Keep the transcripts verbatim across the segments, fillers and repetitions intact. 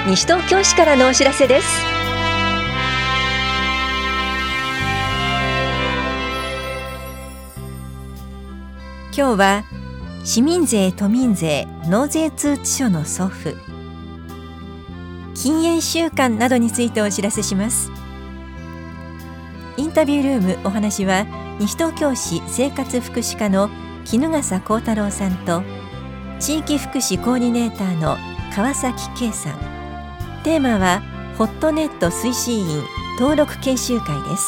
西東京市からのお知らせです。今日は市民税・都民税納税通知書の送付、禁煙習慣などについてお知らせします。インタビュールームお話は西東京市生活福祉課の衣笠幸太郎さんと地域福祉コーディネーターの川崎圭さん。テーマはホットネット推進員登録研修会です。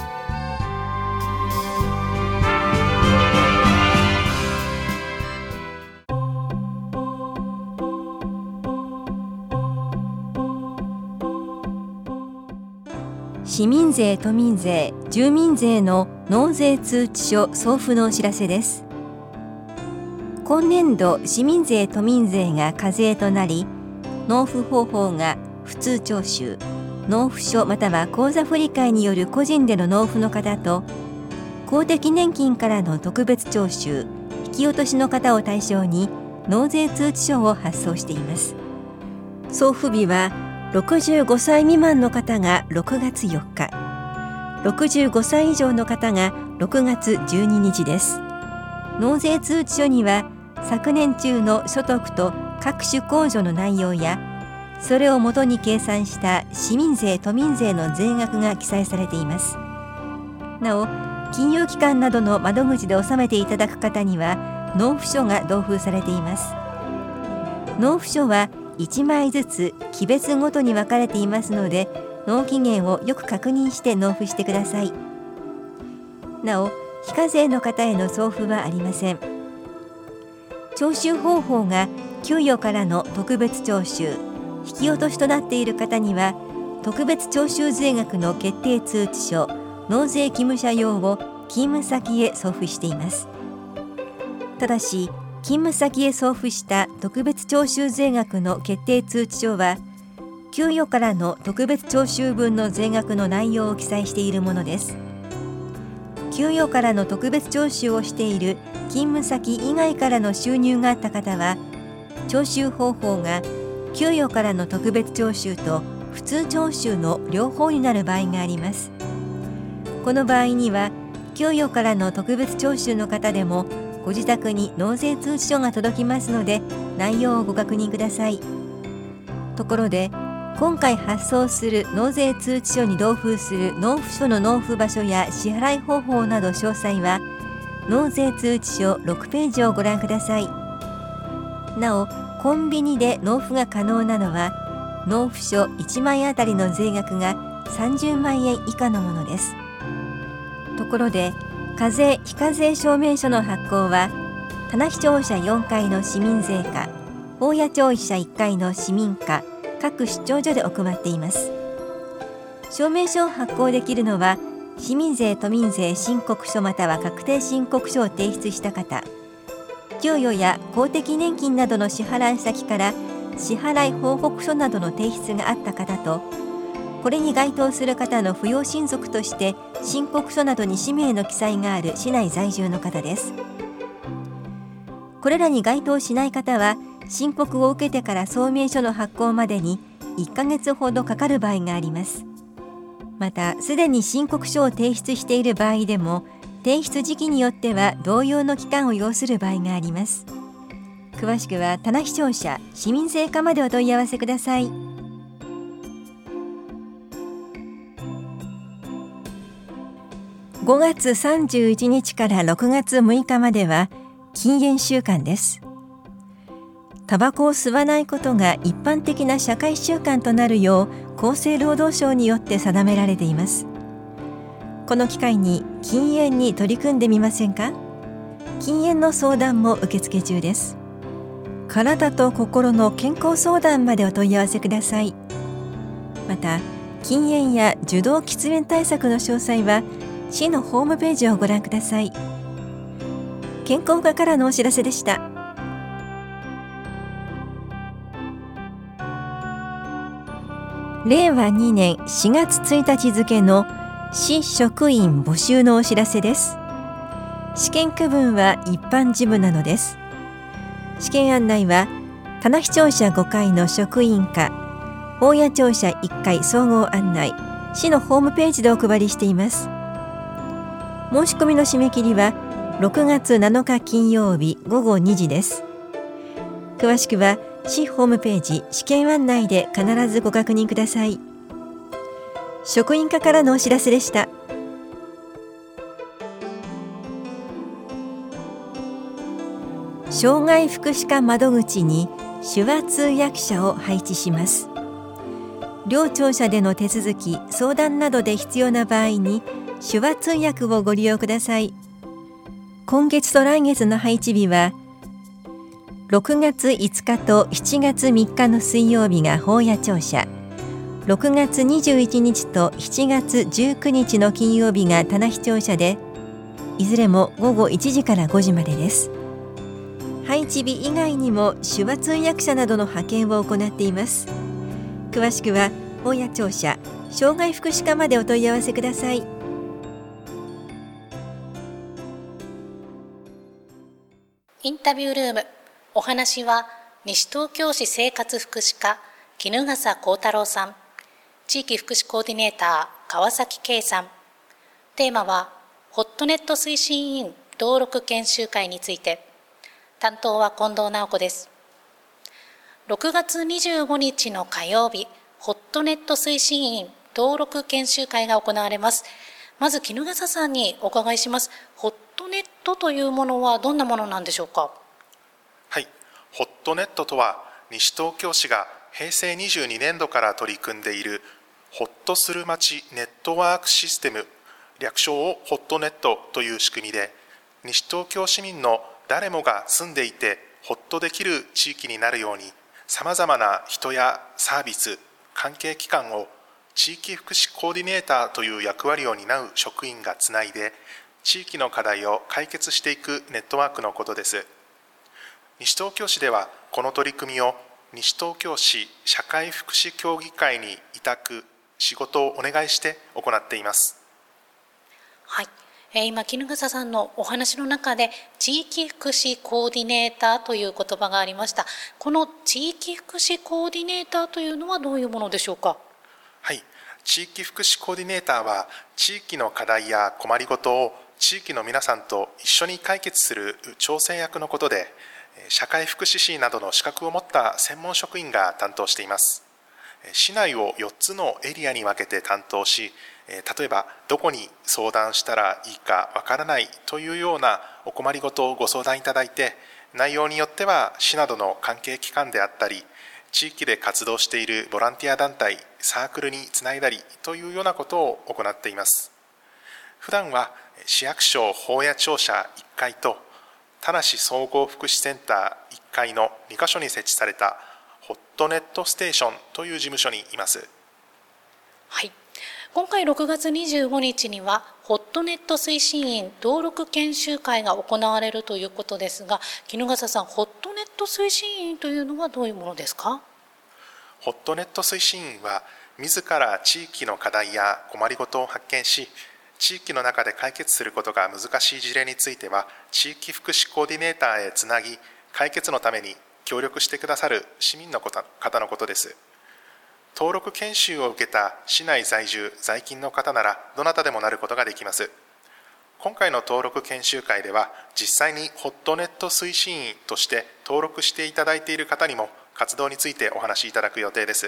市民税・都民税・住民税の納税通知書送付のお知らせです。今年度市民税・都民税が課税となり、納付方法が普通徴収、納付書または口座振替による個人での納付の方と、公的年金からの特別徴収、引き落としの方を対象に納税通知書を発送しています。送付日はろくじゅうごさい未満の方がろくがつよっか、ろくじゅうごさい以上の方がろくがつじゅうににちです。納税通知書には昨年中の所得と各種控除の内容や、それをもとに計算した市民税・都民税の税額が記載されています。なお、金融機関などの窓口で納めていただく方には納付書が同封されています。納付書はいちまいずつ期別ごとに分かれていますので、納期限をよく確認して納付してください。なお、非課税の方への送付はありません。徴収方法が給与からの特別徴収、引き落としとなっている方には特別徴収税額の決定通知書、納税義務者用を勤務先へ送付しています。ただし、勤務先へ送付した特別徴収税額の決定通知書は、給与からの特別徴収分の税額の内容を記載しているものです。給与からの特別徴収をしている勤務先以外からの収入があった方は、徴収方法が給与からの特別徴収と普通徴収の両方になる場合があります。この場合には、給与からの特別徴収の方でもご自宅に納税通知書が届きますので、内容をご確認ください。ところで、今回発送する納税通知書に同封する納付書の納付場所や支払い方法など詳細は、納税通知書ろくページをご覧ください。なお、コンビニで納付が可能なのは、納付書いちまいあたりの税額がさんじゅうまんえん以下のものです。ところで、課税・非課税証明書の発行は、棚視聴者よんかいの市民税課、大谷町医者いっかいの市民課、各出張所で行っています。証明書を発行できるのは、市民税・都民税申告書または確定申告書を提出した方、給与や公的年金などの支払い先から支払い報告書などの提出があった方と、これに該当する方の扶養親族として申告書などに氏名の記載がある市内在住の方です。これらに該当しない方は、申告を受けてから証明書の発行までにいっかげつほどかかる場合があります。また、すでに申告書を提出している場合でも、提出時期によっては同様の期間を要する場合があります。詳しくは棚視聴者市民税課までお問い合わせください。ごがつさんじゅういちにちからろくがつむいかまでは禁煙週間です。タバコを吸わないことが一般的な社会習慣となるよう、厚生労働省によって定められています。この機会に禁煙に取り組んでみませんか？禁煙の相談も受付中です。体と心の健康相談までお問い合わせください。また、禁煙や受動喫煙対策の詳細は市のホームページをご覧ください。健康課からのお知らせでした。れいわにねんしがつついたち付の市職員募集のお知らせです。試験区分は一般事務なのです。試験案内は棚視聴者ごかいの職員課大谷庁舎いっかい総合案内、市のホームページでお配りしています。申し込みの締め切りはろくがつなのか金曜日ごごにじです。詳しくは市ホームページ試験案内で必ずご確認ください。職員課からのお知らせでした。障害福祉課窓口に手話通訳者を配置します。両庁舎での手続き、相談などで必要な場合に手話通訳をご利用ください。今月と来月の配置日はろくがついつかとしちがつみっかの水曜日が保谷庁舎、ろくがつにじゅういちにちとしちがつじゅうくにちの金曜日が棚視庁舎で、いずれもごごいちじからごじまでです。配置日以外にも手話通訳者などの派遣を行っています。詳しくは保谷庁舎障害福祉課までお問い合わせください。 インタビュールーム、お話は西東京市生活福祉課衣笠幸太郎さん、地域福祉コーディネーター川崎圭さん。テーマはホットネット推進委員登録研修会について。担当は近藤直子です。ろくがつにじゅうごにちの火曜日、ホットネット推進委員登録研修会が行われます。まず衣笠さんにお伺いします。ホットネットというものはどんなものなんでしょうか。 はい、ホットネットとは西東京市がへいせいにじゅうにねんどから取り組んでいるホッとする街ネットワークシステム、略称をホットネットという仕組みで、西東京市民の誰もが住んでいてホッとできる地域になるように、さまざまな人やサービス、関係機関を地域福祉コーディネーターという役割を担う職員がつないで、地域の課題を解決していくネットワークのことです。西東京市ではこの取り組みを西東京市社会福祉協議会に委託、仕事をお願いして行っています。 はい、えー、今衣笠さんのお話の中で地域福祉コーディネーターという言葉がありました。この地域福祉コーディネーターというのはどういうものでしょうか。 はい、地域福祉コーディネーターは地域の課題や困りごとを地域の皆さんと一緒に解決する調整役のことで、社会福祉士などの資格を持った専門職員が担当しています。市内をよっつのエリアに分けて担当し、例えばどこに相談したらいいかわからないというようなお困りごとをご相談いただいて、内容によっては市などの関係機関であったり、地域で活動しているボランティア団体、サークルにつないだりというようなことを行っています。普段は市役所保谷庁舎いっかいと田無総合福祉センターいっかいのにかしょに設置されたホットネットステーションという事務所にいます。 はい、今回ろくがつにじゅうごにちにはホットネット推進員登録研修会が行われるということですが、衣笠さん、ホットネット推進員というのはどういうものですか。 ホットネット推進員は自ら地域の課題や困りごとを発見し、地域の中で解決することが難しい事例については地域福祉コーディネーターへつなぎ、解決のために協力してくださる市民の方のことです。登録研修を受けた市内在住在勤の方ならどなたでもなることができます。今回の登録研修会では実際にホットネット推進員として登録していただいている方にも活動についてお話しいただく予定です。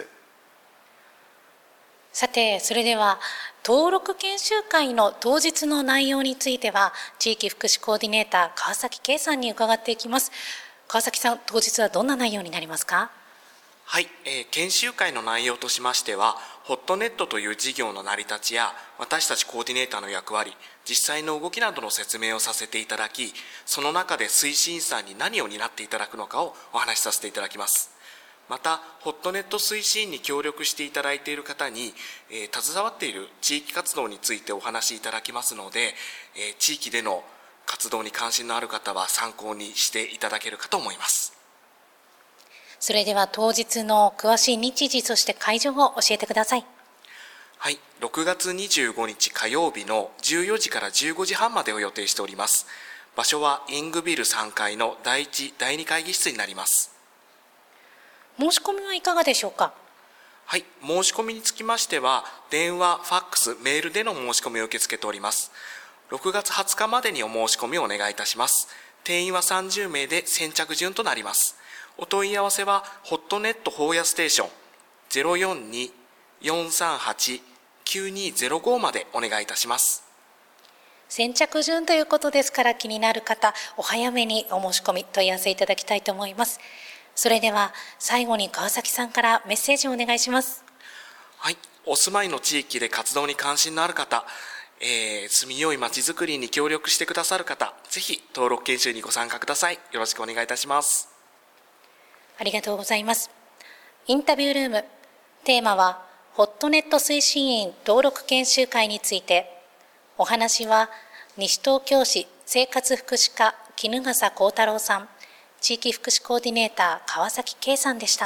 さて、それでは登録研修会の当日の内容については地域福祉コーディネーター川崎圭さんに伺っていきます。川崎さん、当日はどんな内容になりますか。 はい、えー、研修会の内容としましては、ホットネットという事業の成り立ちや私たちコーディネーターの役割、実際の動きなどの説明をさせていただき、その中で推進員さんに何を担っていただくのかをお話しさせていただきます。また、ホットネット推進に協力していただいている方に、えー、携わっている地域活動についてお話しいただきますので、えー、地域での活動に関心のある方は参考にしていただけるかと思います。 それでは当日の詳しい日時、そして会場を教えてください。 はい、ろくがつにじゅうごにち火曜日のじゅうよじからじゅうごじはんまでを予定しております。場所はイングビルさんがいのだいいち、だいに会議室になります。 申し込みはいかがでしょうか。 はい、申し込みにつきましては、電話、ファックス、メールでの申し込みを受け付けております。ろくがつはつかまでにお申し込みをお願いいたします。定員はさんじゅうめいで先着順となります。お問い合わせは、ホットネット法屋ステーション ゼロよんに よんさんはち きゅうにゼロご までお願いいたします。 先着順ということですから、気になる方、お早めにお申し込み問い合わせいただきたいと思います。それでは最後に川崎さんからメッセージをお願いします。 はい、お住まいの地域で活動に関心のある方、えー、住みよいまちづくりに協力してくださる方、ぜひ登録研修にご参加ください。よろしくお願いいたします。 ありがとうございます。インタビュールーム、テーマはホットネット推進員登録研修会について。お話は西東京市生活福祉課衣笠幸太郎さん、地域福祉コーディネーター川崎圭さんでした。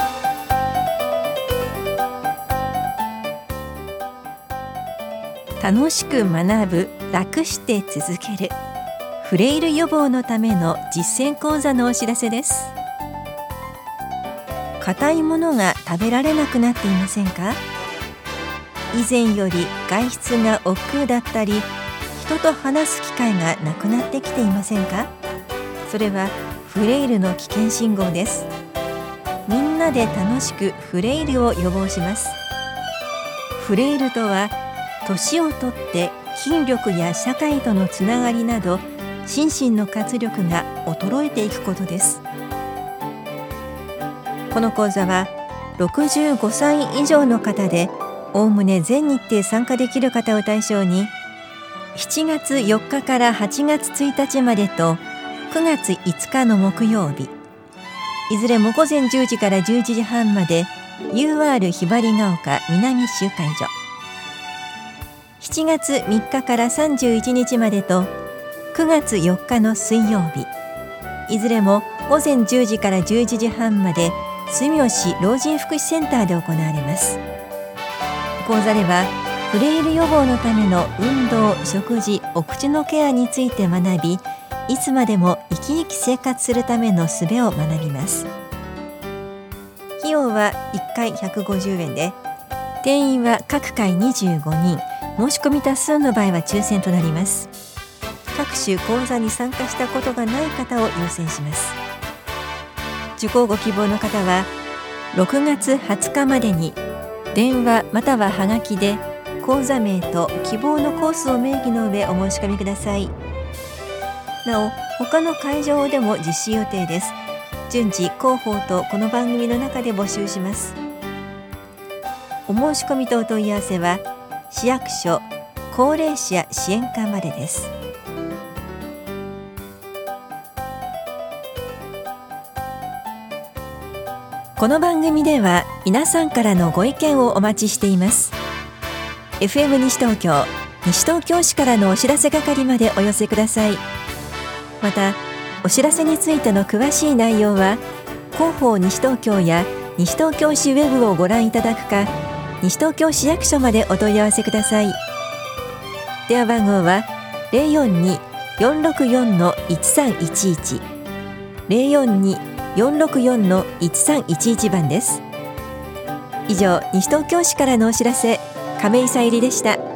楽しく学ぶ、楽して続ける、フレイル予防のための実践講座のお知らせです。硬いものが食べられなくなっていませんか？以前より外出が億劫だったり、人と話す機会がなくなってきていませんか？それはフレイルの危険信号です。みんなで楽しくフレイルを予防します。フレイルとは、年をとって筋力や社会とのつながりなど、心身の活力が衰えていくことです。この講座はろくじゅうごさい以上の方で、おおむね全日程参加できる方を対象に、しちがつよっかからはちがつついたちまでとくがついつかの木曜日、いずれもごぜんじゅうじからじゅういちじはんまで ユーアール ひばりが丘南集会所、しちがつみっかからさんじゅういちにちまでとくがつよっかの水曜日、いずれもごぜんじゅうじからじゅういちじはんまで住吉老人福祉センターで行われます。講座ではフレイル予防のための運動、食事、お口のケアについて学び、いつまでも生き生き生活するための術を学びます。費用はいっかいひゃくごじゅうえんで、定員は各回にじゅうごにん、申し込み多数の場合は抽選となります。各種講座に参加したことがない方を優先します。受講ご希望の方はろくがつはつかまでに電話またははがきで講座名と希望のコースを明記の上お申し込みください。なお、他の会場でも実施予定です。順次広報とこの番組の中で募集します。お申し込みとお問い合わせは市役所高齢者支援課までです。この番組では皆さんからのご意見をお待ちしています。 エフエム 西東京、西東京市からのお知らせ係までお寄せください。また、お知らせについての詳しい内容は広報西東京や西東京市ウェブをご覧いただくか、西東京市役所までお問い合わせください。電話番号は ゼロよんに よんろくよん いちさんいちいち ゼロよんに よんろくよん いちさんいちいち番です。以上、西東京市からのお知らせ、亀井さゆりでした。